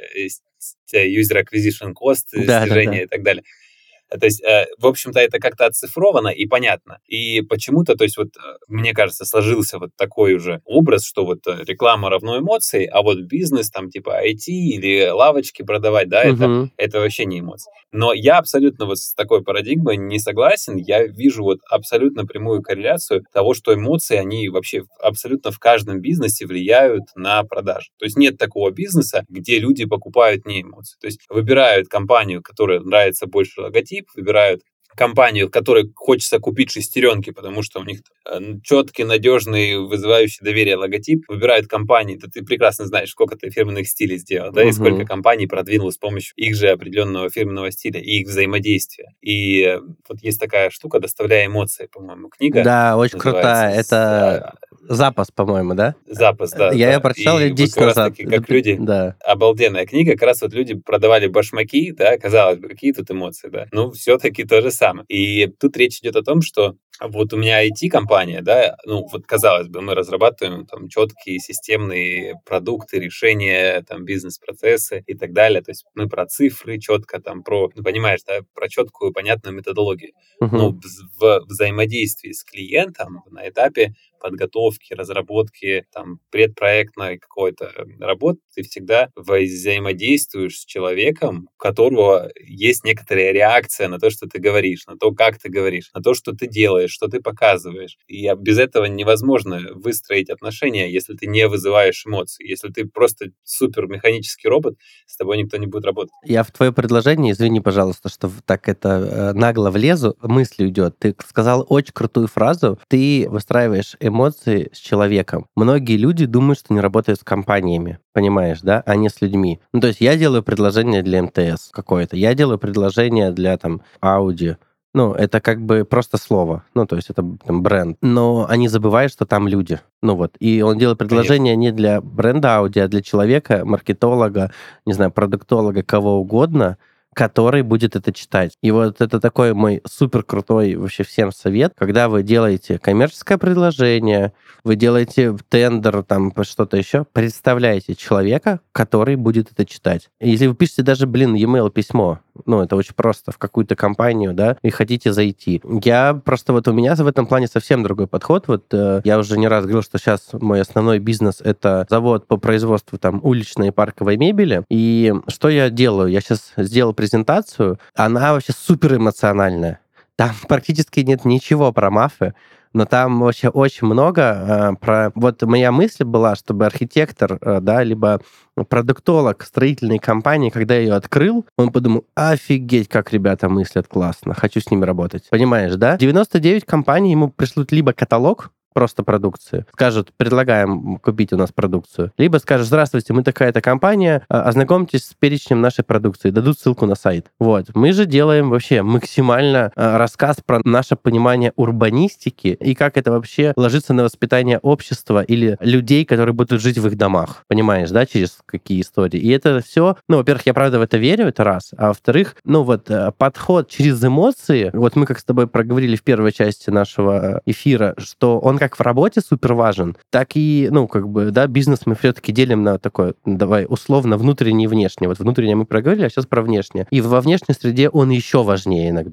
Speaker 1: user acquisition cost, да, снижение да, да. и так далее. То есть, в общем-то, это как-то оцифровано и понятно. И почему-то, то есть, вот, мне кажется, сложился вот такой уже образ, что вот реклама равно эмоции, а вот бизнес, там, типа, ай ти или лавочки продавать, да, угу. это, это вообще не эмоции. Но я абсолютно вот с такой парадигмой не согласен. Я вижу вот абсолютно прямую корреляцию того, что эмоции, они вообще абсолютно в каждом бизнесе влияют на продажи. То есть, нет такого бизнеса, где люди покупают не эмоции. То есть, выбирают компанию, которая нравится больше логотип, выбирают компанию, которой хочется купить шестеренки, потому что у них четкий, надежный, вызывающий доверие логотип, выбирают компании, да ты прекрасно знаешь, сколько ты фирменных стилей сделал, да, uh-huh. и сколько компаний продвинул с помощью их же определенного фирменного стиля и их взаимодействия. И вот есть такая штука «Доставляя эмоции», по-моему, книга.
Speaker 2: Да, очень крутая. Это «Запас», по-моему, да?
Speaker 1: «Запас», да.
Speaker 2: Я
Speaker 1: да.
Speaker 2: ее прочитал лет десять
Speaker 1: вот
Speaker 2: назад.
Speaker 1: Таки, как люди,
Speaker 2: да.
Speaker 1: Обалденная книга, как раз вот люди продавали башмаки, да, казалось бы, какие тут эмоции, да, ну, все-таки то же самое. И тут речь идет о том, что вот у меня ай ти-компания, да, ну, вот казалось бы, мы разрабатываем там четкие системные продукты, решения, там, бизнес-процессы и так далее, то есть мы про цифры четко, там, про, ну, понимаешь, да, про четкую, понятную методологию. Uh-huh. Но в, в взаимодействии с клиентом на этапе подготовки, разработки, там, предпроектной какой-то работы, ты всегда взаимодействуешь с человеком, у которого есть некоторая реакция на то, что ты говоришь, на то, как ты говоришь, на то, что ты делаешь, что ты показываешь. И без этого невозможно выстроить отношения, если ты не вызываешь эмоций. Если ты просто супер механический робот, с тобой никто не будет работать.
Speaker 2: Я в твое предложение, извини, пожалуйста, что так это нагло влезу, мысль уйдет. Ты сказал очень крутую фразу, ты выстраиваешь эмоции с человеком. Многие люди думают, что не работают с компаниями, понимаешь, да, а не с людьми. Ну, то есть я делаю предложение для эм тэ эс какое-то, я делаю предложение для, там, Audi. Ну, это как бы просто слово, ну, то есть это там бренд. Но они забывают, что там люди. Ну вот, и он делает предложение Конечно. Не для бренда Audi, а для человека, маркетолога, не знаю, продуктолога, кого угодно, который будет это читать. И вот это такой мой супер крутой вообще всем совет, когда вы делаете коммерческое предложение, вы делаете тендер, там что-то еще, представляете человека, который будет это читать. И если вы пишете даже, блин, e-mail письмо, ну, это очень просто, в какую-то компанию, да, и хотите зайти. Я просто вот у меня в этом плане совсем другой подход. Вот э, я уже не раз говорил, что сейчас мой основной бизнес — это завод по производству там уличной и парковой мебели. И что я делаю? Я сейчас сделал презентацию, она вообще супер эмоциональная. Там практически нет ничего про мафы, но там вообще очень много э, про... Вот моя мысль была, чтобы архитектор, э, да, либо продуктолог строительной компании, когда я ее открыл, он подумал, офигеть, как ребята мыслят классно, хочу с ними работать. Понимаешь, да? девяносто девять компаний ему пришлют либо каталог, просто продукции. Скажут, предлагаем купить у нас продукцию. Либо скажут, здравствуйте, мы такая-то компания, ознакомьтесь с перечнем нашей продукции, дадут ссылку на сайт. Вот. Мы же делаем вообще максимально рассказ про наше понимание урбанистики и как это вообще ложится на воспитание общества или людей, которые будут жить в их домах. Понимаешь, да, через какие истории. И это все, ну, во-первых, я правда в это верю, это раз, а во-вторых, ну, вот подход через эмоции, вот мы как с тобой проговорили в первой части нашего эфира, что он как в работе супер важен, так и, ну, как бы, да, бизнес мы все-таки делим на такое, давай, условно, внутреннее и внешнее. Вот внутреннее мы проговорили, а сейчас про внешнее. И во внешней среде он еще важнее иногда.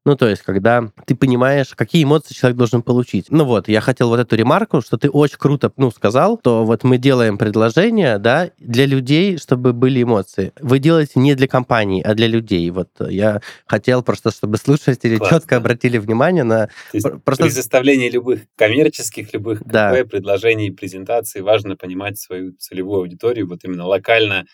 Speaker 2: Ну, то есть, когда ты понимаешь, какие эмоции человек должен получить. Ну вот, я хотел вот эту ремарку, что ты очень круто, ну, сказал, то вот мы делаем предложение, да, для людей, чтобы были эмоции. Вы делаете не для компаний, а для людей. Вот я хотел просто, чтобы слушатели
Speaker 1: Классно.
Speaker 2: четко обратили внимание на...
Speaker 1: То есть
Speaker 2: просто...
Speaker 1: при составлении любых коммерческих, любых КП,
Speaker 2: да.
Speaker 1: предложений, презентаций важно понимать свою целевую аудиторию, вот именно локально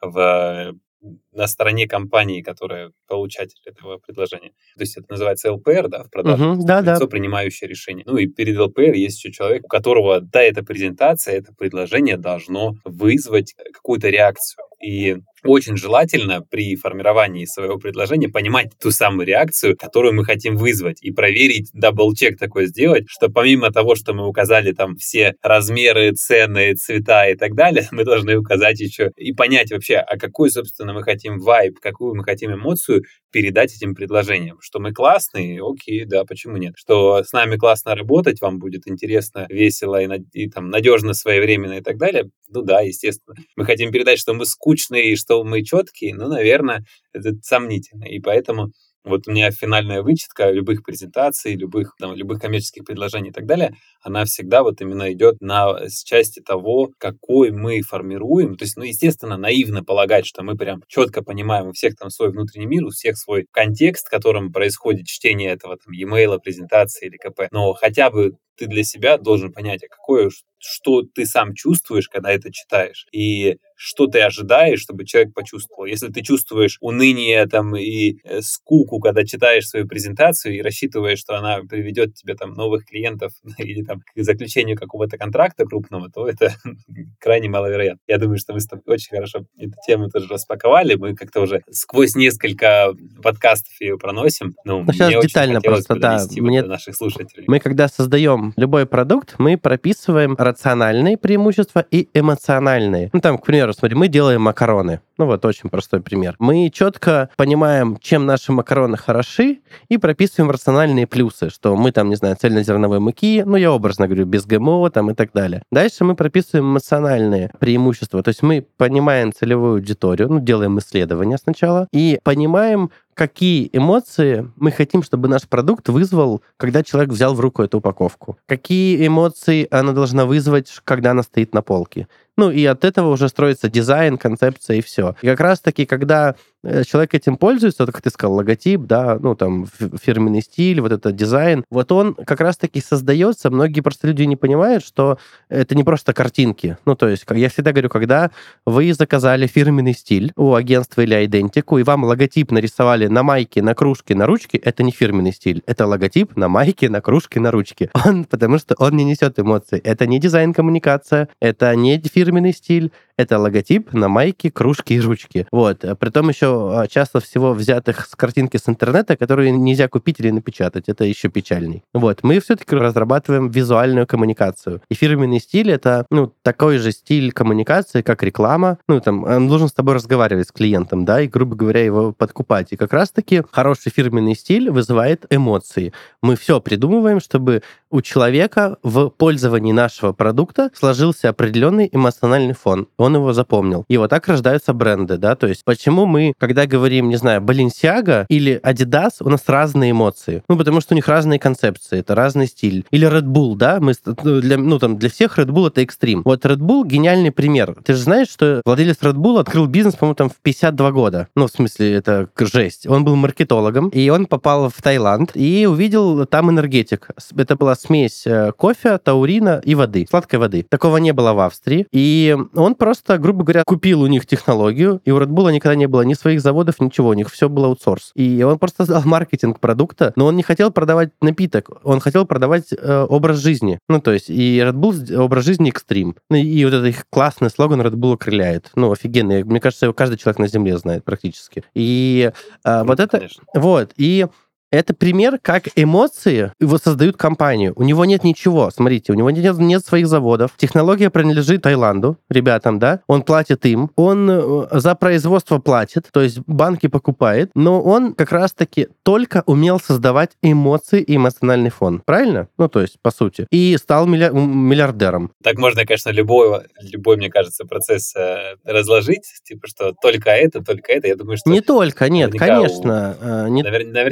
Speaker 1: в... на стороне компании, которая получатель этого предложения. То есть это называется эл пи эр, да, в продаже,
Speaker 2: Угу, да,
Speaker 1: лицо,
Speaker 2: да.
Speaker 1: принимающее решение. Ну и перед эл пи эр есть еще человек, у которого, да, эта презентация, это предложение должно вызвать какую-то реакцию. И очень желательно при формировании своего предложения понимать ту самую реакцию, которую мы хотим вызвать, и проверить, дабл-чек такой сделать, что помимо того, что мы указали там все размеры, цены, цвета и так далее, мы должны указать еще и понять вообще, а какой, собственно, мы хотим вайб, какую мы хотим эмоцию передать этим предложением. Что мы классные, окей, да, почему нет? Что с нами классно работать, вам будет интересно, весело и, и там надежно, своевременно и так далее. Ну да, естественно. Мы хотим передать, что мы скучные, что мы четкие, ну, наверное, это сомнительно. И поэтому вот у меня финальная вычетка любых презентаций, любых, там, любых коммерческих предложений и так далее, она всегда вот именно идет на с части того, какой мы формируем. То есть, ну, естественно, наивно полагать, что мы прям четко понимаем, у всех там свой внутренний мир, у всех свой контекст, в котором происходит чтение этого там e-mail, презентации или КП. Но хотя бы ты для себя должен понять, а какое, что ты сам чувствуешь, когда это читаешь, и что ты ожидаешь, чтобы человек почувствовал. Если ты чувствуешь уныние там, и э, скуку, когда читаешь свою презентацию и рассчитываешь, что она приведет тебе там новых клиентов или там к заключению какого-то контракта крупного, то это крайне маловероятно. Я думаю, что мы с тобой очень хорошо эту тему тоже распаковали. Мы как-то уже сквозь несколько подкастов ее проносим. Ну,
Speaker 2: Ну, сейчас
Speaker 1: мне
Speaker 2: детально
Speaker 1: очень хотелось
Speaker 2: просто, да.
Speaker 1: донести вот
Speaker 2: Мне...
Speaker 1: до наших слушателей.
Speaker 2: Мы, когда создаем любой продукт, мы прописываем рациональные преимущества и эмоциональные. Ну, там, к примеру, смотри, мы делаем макароны. Ну, вот очень простой пример. Мы четко понимаем, чем наши макароны хороши, и прописываем рациональные плюсы, что мы там, не знаю, цельнозерновой муки, ну, я образно говорю, без ГМО там и так далее. Дальше мы прописываем эмоциональные преимущества. То есть мы понимаем целевую аудиторию, ну, делаем исследования сначала, и понимаем, какие эмоции мы хотим, чтобы наш продукт вызвал, когда человек взял в руку эту упаковку. Какие эмоции она должна вызвать, когда она стоит на полке. Ну, и от этого уже строится дизайн, концепция и все. И как раз-таки, когда человек этим пользуется, как ты сказал, логотип, да, ну, там, фирменный стиль, вот этот дизайн, вот он как раз-таки создается. Многие просто люди не понимают, что это не просто картинки. Ну, то есть, я всегда говорю, когда вы заказали фирменный стиль у агентства или идентику, и вам логотип нарисовали на майке, на кружке, на ручке, это не фирменный стиль. Это логотип на майке, на кружке, на ручке. Он, потому что он не несет эмоций. Это не дизайн-коммуникация, это не фирменный стиль, это логотип на майке, кружке и ручке. Вот. Притом еще часто всего взятых с картинки с интернета, которые нельзя купить или напечатать. Это еще печальней. Вот. Мы все-таки разрабатываем визуальную коммуникацию. И фирменный стиль — это, ну, такой же стиль коммуникации, как реклама. Ну, там, он должен с тобой разговаривать с клиентом, да, и, грубо говоря, его подкупать. И как раз-таки хороший фирменный стиль вызывает эмоции. Мы все придумываем, чтобы у человека в пользовании нашего продукта сложился определенный эмоциональный фон. Он его запомнил. И вот так рождаются бренды, да, то есть почему мы, когда говорим, не знаю, Balenciaga или Adidas, у нас разные эмоции. Ну, потому что у них разные концепции, это разный стиль. Или Red Bull, да, мы, для, ну, там, для всех Red Bull — это экстрим. Вот Red Bull — гениальный пример. Ты же знаешь, что владелец Red Bull открыл бизнес, по-моему, там в пятьдесят два года. Ну, в смысле, это жесть. Он был маркетологом, и он попал в Таиланд и увидел там энергетик. Это была смесь кофе, таурина и воды, сладкой воды. Такого не было в Австрии. И он просто Просто, грубо говоря, купил у них технологию, и у Red Bull никогда не было ни своих заводов, ничего, у них все было аутсорс. И он просто создал маркетинг продукта, но он не хотел продавать напиток, он хотел продавать э, образ жизни. Ну, то есть, и Red Bull образ жизни экстрим. Ну, и вот этот их классный слоган Red Bull окрыляет. Ну, офигенный. Мне кажется, его каждый человек на Земле знает практически. И э, ну, вот это... Конечно. Вот, и... Это пример, как эмоции его создают компанию. У него нет ничего. Смотрите, у него нет, нет своих заводов. Технология принадлежит Таиланду, ребятам, да. Он платит им. Он за производство платит, то есть банки покупает. Но он как раз-таки только умел создавать эмоции и эмоциональный фон. Правильно? Ну, то есть, по сути. И стал милли... миллиардером.
Speaker 1: Так можно, конечно, любой, любой, мне кажется, процесс э, разложить. Типа, что только это, только это. Я думаю, что...
Speaker 2: Не только, нет, конечно.
Speaker 1: У... Не... Навер... Наверняка много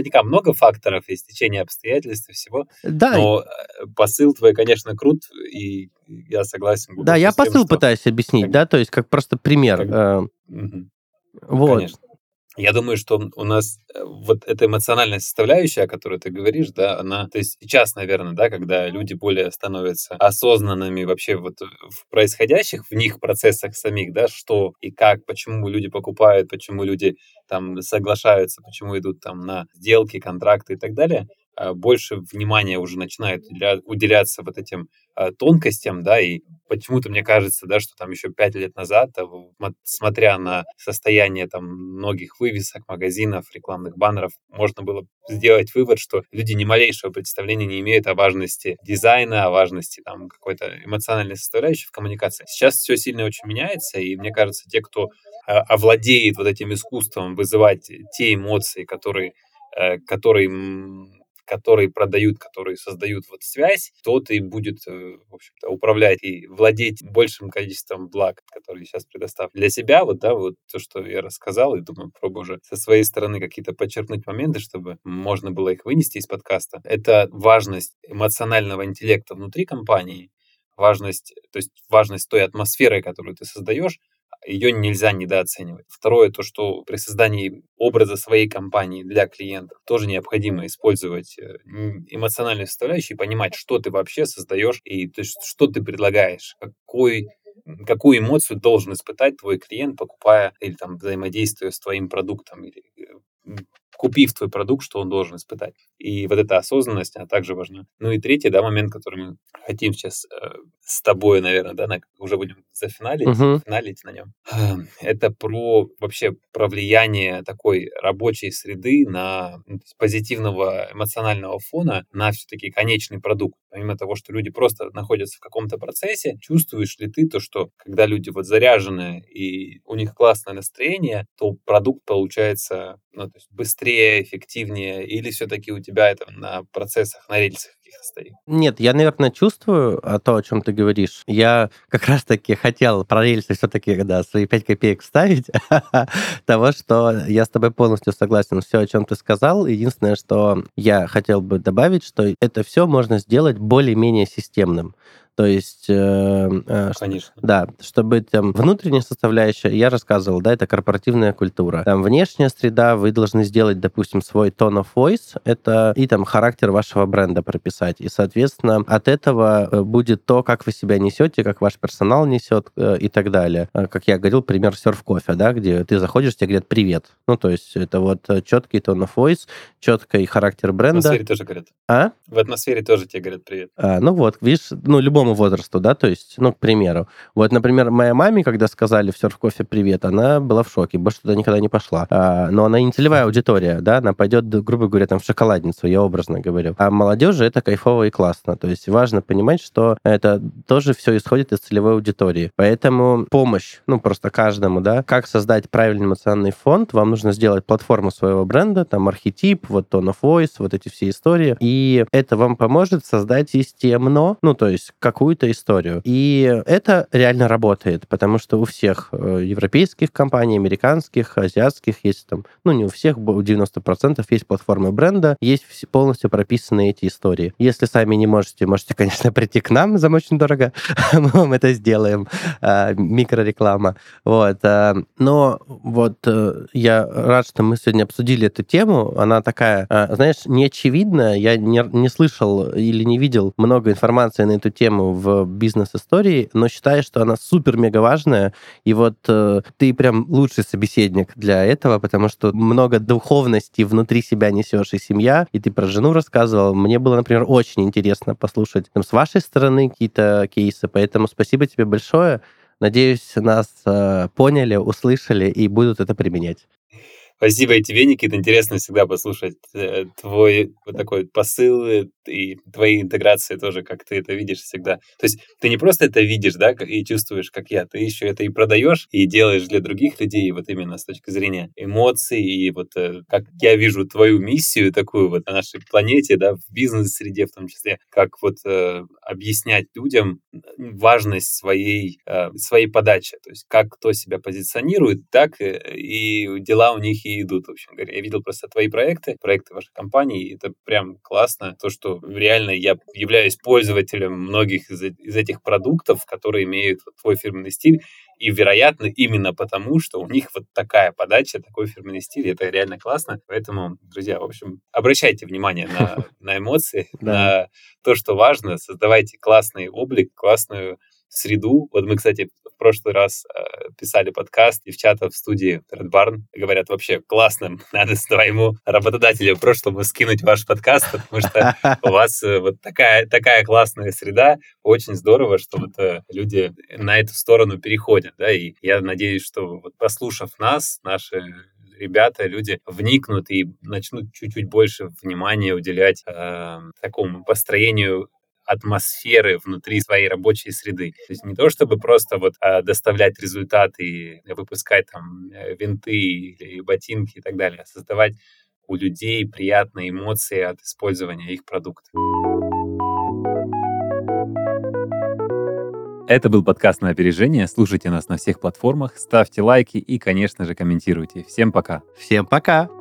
Speaker 1: много факторов, и стечение обстоятельств и всего.
Speaker 2: Да,
Speaker 1: Но посыл твой, конечно, крут, и я согласен
Speaker 2: да, я
Speaker 1: с тем,
Speaker 2: посыл
Speaker 1: что...
Speaker 2: пытаюсь объяснить,
Speaker 1: как-
Speaker 2: да, то есть как просто пример.
Speaker 1: как-
Speaker 2: э,
Speaker 1: Мгм.
Speaker 2: Вот.
Speaker 1: Конечно. Я думаю, что у нас э, вот эта эмоциональная составляющая, о которой ты говоришь, да, она, то есть сейчас, наверное, да, когда люди более становятся осознанными вообще вот в происходящих в них процессах самих, да, что и как, почему люди покупают, почему люди там соглашаются, почему идут там на сделки, контракты и так далее, а, больше внимания уже начинает уделя- уделяться вот этим а, тонкостям, да, и почему-то мне кажется, да, что там еще пять лет назад, а, в- мо- смотря на состояние там многих вывесок, магазинов, рекламных баннеров, можно было сделать вывод, что люди ни малейшего представления не имеют о важности дизайна, о важности там какой-то эмоциональной составляющей в коммуникации. Сейчас все сильно очень меняется, и мне кажется, те, кто а, овладеет вот этим искусством вызывать те эмоции, которые, э, которые м, которые продают, которые создают вот связь, тот и будет, э, в общем-то, управлять и владеть большим количеством благ, которые сейчас предоставлены. Для себя, вот, да, вот то, что я рассказал, и думаю, пробую уже со своей стороны какие-то подчеркнуть моменты, чтобы можно было их вынести из подкаста. Это важность эмоционального интеллекта внутри компании, важность, то есть важность той атмосферы, которую ты создаешь, ее нельзя недооценивать. Второе, то, что при создании образа своей компании для клиентов тоже необходимо использовать э, м, эмоциональную составляющую и понимать, что ты вообще создаешь и то есть, что ты предлагаешь, какой, м, какую эмоцию должен испытать твой клиент, покупая или там взаимодействуя с твоим продуктом, или э, м, купив твой продукт, что он должен испытать. И вот эта осознанность, она также важна. Ну и третий, да, момент, который мы хотим сейчас э, с тобой, наверное, да, на- уже будем зафиналить,
Speaker 2: Мгм.
Speaker 1: финалить на нем. Это про вообще про влияние такой рабочей среды на ну, то есть позитивного эмоционального фона на все-таки конечный продукт. Помимо того, что люди просто находятся в каком-то процессе, чувствуешь ли ты то, что когда люди вот заряжены и у них классное настроение, то продукт получается ну, то есть быстрее, эффективнее, или все-таки у тебя это на процессах, на рельсах каких-то стоит?
Speaker 2: Нет, я, наверное, чувствую а, то, о чем ты говоришь. Я как раз-таки хотел про рельсы все-таки, да, свои пять копеек вставить, того, что я с тобой полностью согласен. Все, о чем ты сказал. Единственное, что я хотел бы добавить, что это все можно сделать более-менее системным. То есть, э, э, ш-
Speaker 1: Конечно.
Speaker 2: да, чтобы там внутренняя составляющая, я рассказывал, да, это корпоративная культура. Там внешняя среда, вы должны сделать, допустим, свой tone of voice, это и там характер вашего бренда прописать. И, соответственно, от этого э, будет то, как вы себя несете, как ваш персонал несет э, и так далее. Э, Как я говорил, пример серф-кофе, да, где ты заходишь, тебе говорят «привет». Ну, то есть это вот э, четкий tone of voice, четкий характер
Speaker 1: В
Speaker 2: бренда.
Speaker 1: атмосфере тоже говорят.
Speaker 2: А?
Speaker 1: В атмосфере тоже тебе говорят привет.
Speaker 2: А, ну вот, видишь, ну, любому возрасту, да, то есть, ну, к примеру. Вот, например, моей маме, когда сказали в серф-кофе привет, она была в шоке, больше туда никогда не пошла. А, но она не целевая аудитория, да, она пойдет, грубо говоря, там в шоколадницу, я образно говорю. А молодежи это кайфово и классно. То есть важно понимать, что это тоже все исходит из целевой аудитории. Поэтому помощь, ну, просто каждому, да, как создать правильный эмоциональный фонд, вам нужно сделать платформу своего бренда, там, архетип, вот tone of voice, вот эти все истории, и это вам поможет создать системно, ну, то есть какую-то историю. И это реально работает, потому что у всех э, европейских компаний, американских, азиатских есть там, ну, не у всех, у девяноста процентов есть платформы бренда, есть все- полностью прописаны эти истории. Если сами не можете, можете, конечно, прийти к нам, за очень дорого, мы вам это сделаем, а, микрореклама. Вот. а, Но вот э, я рад, что мы сегодня обсудили эту тему. Она такая, а, знаешь, неочевидная. Я не, не слышал или не видел много информации на эту тему в бизнес-истории, но считаю, что она супер-мега важная. И вот э, ты прям лучший собеседник для этого, потому что много духовности внутри себя несешь, и семья, и ты про жену рассказывал. Мне было, например, очень интересно послушать там, с вашей стороны какие-то кейсы, поэтому спасибо тебе большое. Надеюсь, нас э, поняли, услышали и будут это применять.
Speaker 1: Спасибо и тебе, Никита. Интересно всегда послушать э, твой вот такой посыл э, и твои интеграции тоже, как ты это видишь всегда. То есть ты не просто это видишь, да, как- и чувствуешь, как я, ты еще это и продаешь, и делаешь для других людей, вот именно с точки зрения эмоций, и вот э, как я вижу твою миссию такую вот на нашей планете, да, в бизнес-среде в том числе, как вот э, объяснять людям важность своей, э, своей подачи, то есть как кто себя позиционирует, так э, и дела у них и и идут, в общем говоря. Я видел просто твои проекты, проекты вашей компании, и это прям классно. То, что реально я являюсь пользователем многих из, из этих продуктов, которые имеют вот твой фирменный стиль, и, вероятно, именно потому, что у них вот такая подача, такой фирменный стиль, это реально классно. Поэтому, друзья, в общем, обращайте внимание на, на эмоции, на то, что важно, создавайте классный облик, классную среду. Вот мы, кстати, в прошлый раз э, писали подкаст, и в чатах в студии Red Barn говорят, вообще классно, надо своему работодателю прошлому скинуть ваш подкаст, потому что у вас э, вот такая, такая классная среда. Очень здорово, что вот э, люди на эту сторону переходят, да, и я надеюсь, что вот послушав нас, наши ребята, люди вникнут и начнут чуть-чуть больше внимания уделять э, такому построению атмосферы внутри своей рабочей среды. То есть не то, чтобы просто вот а, доставлять результаты и выпускать там винты или ботинки и так далее, а создавать у людей приятные эмоции от использования их продуктов. Это был подкаст «На опережение». Слушайте нас на всех платформах, ставьте лайки и, конечно же, комментируйте. Всем пока.
Speaker 2: Всем пока.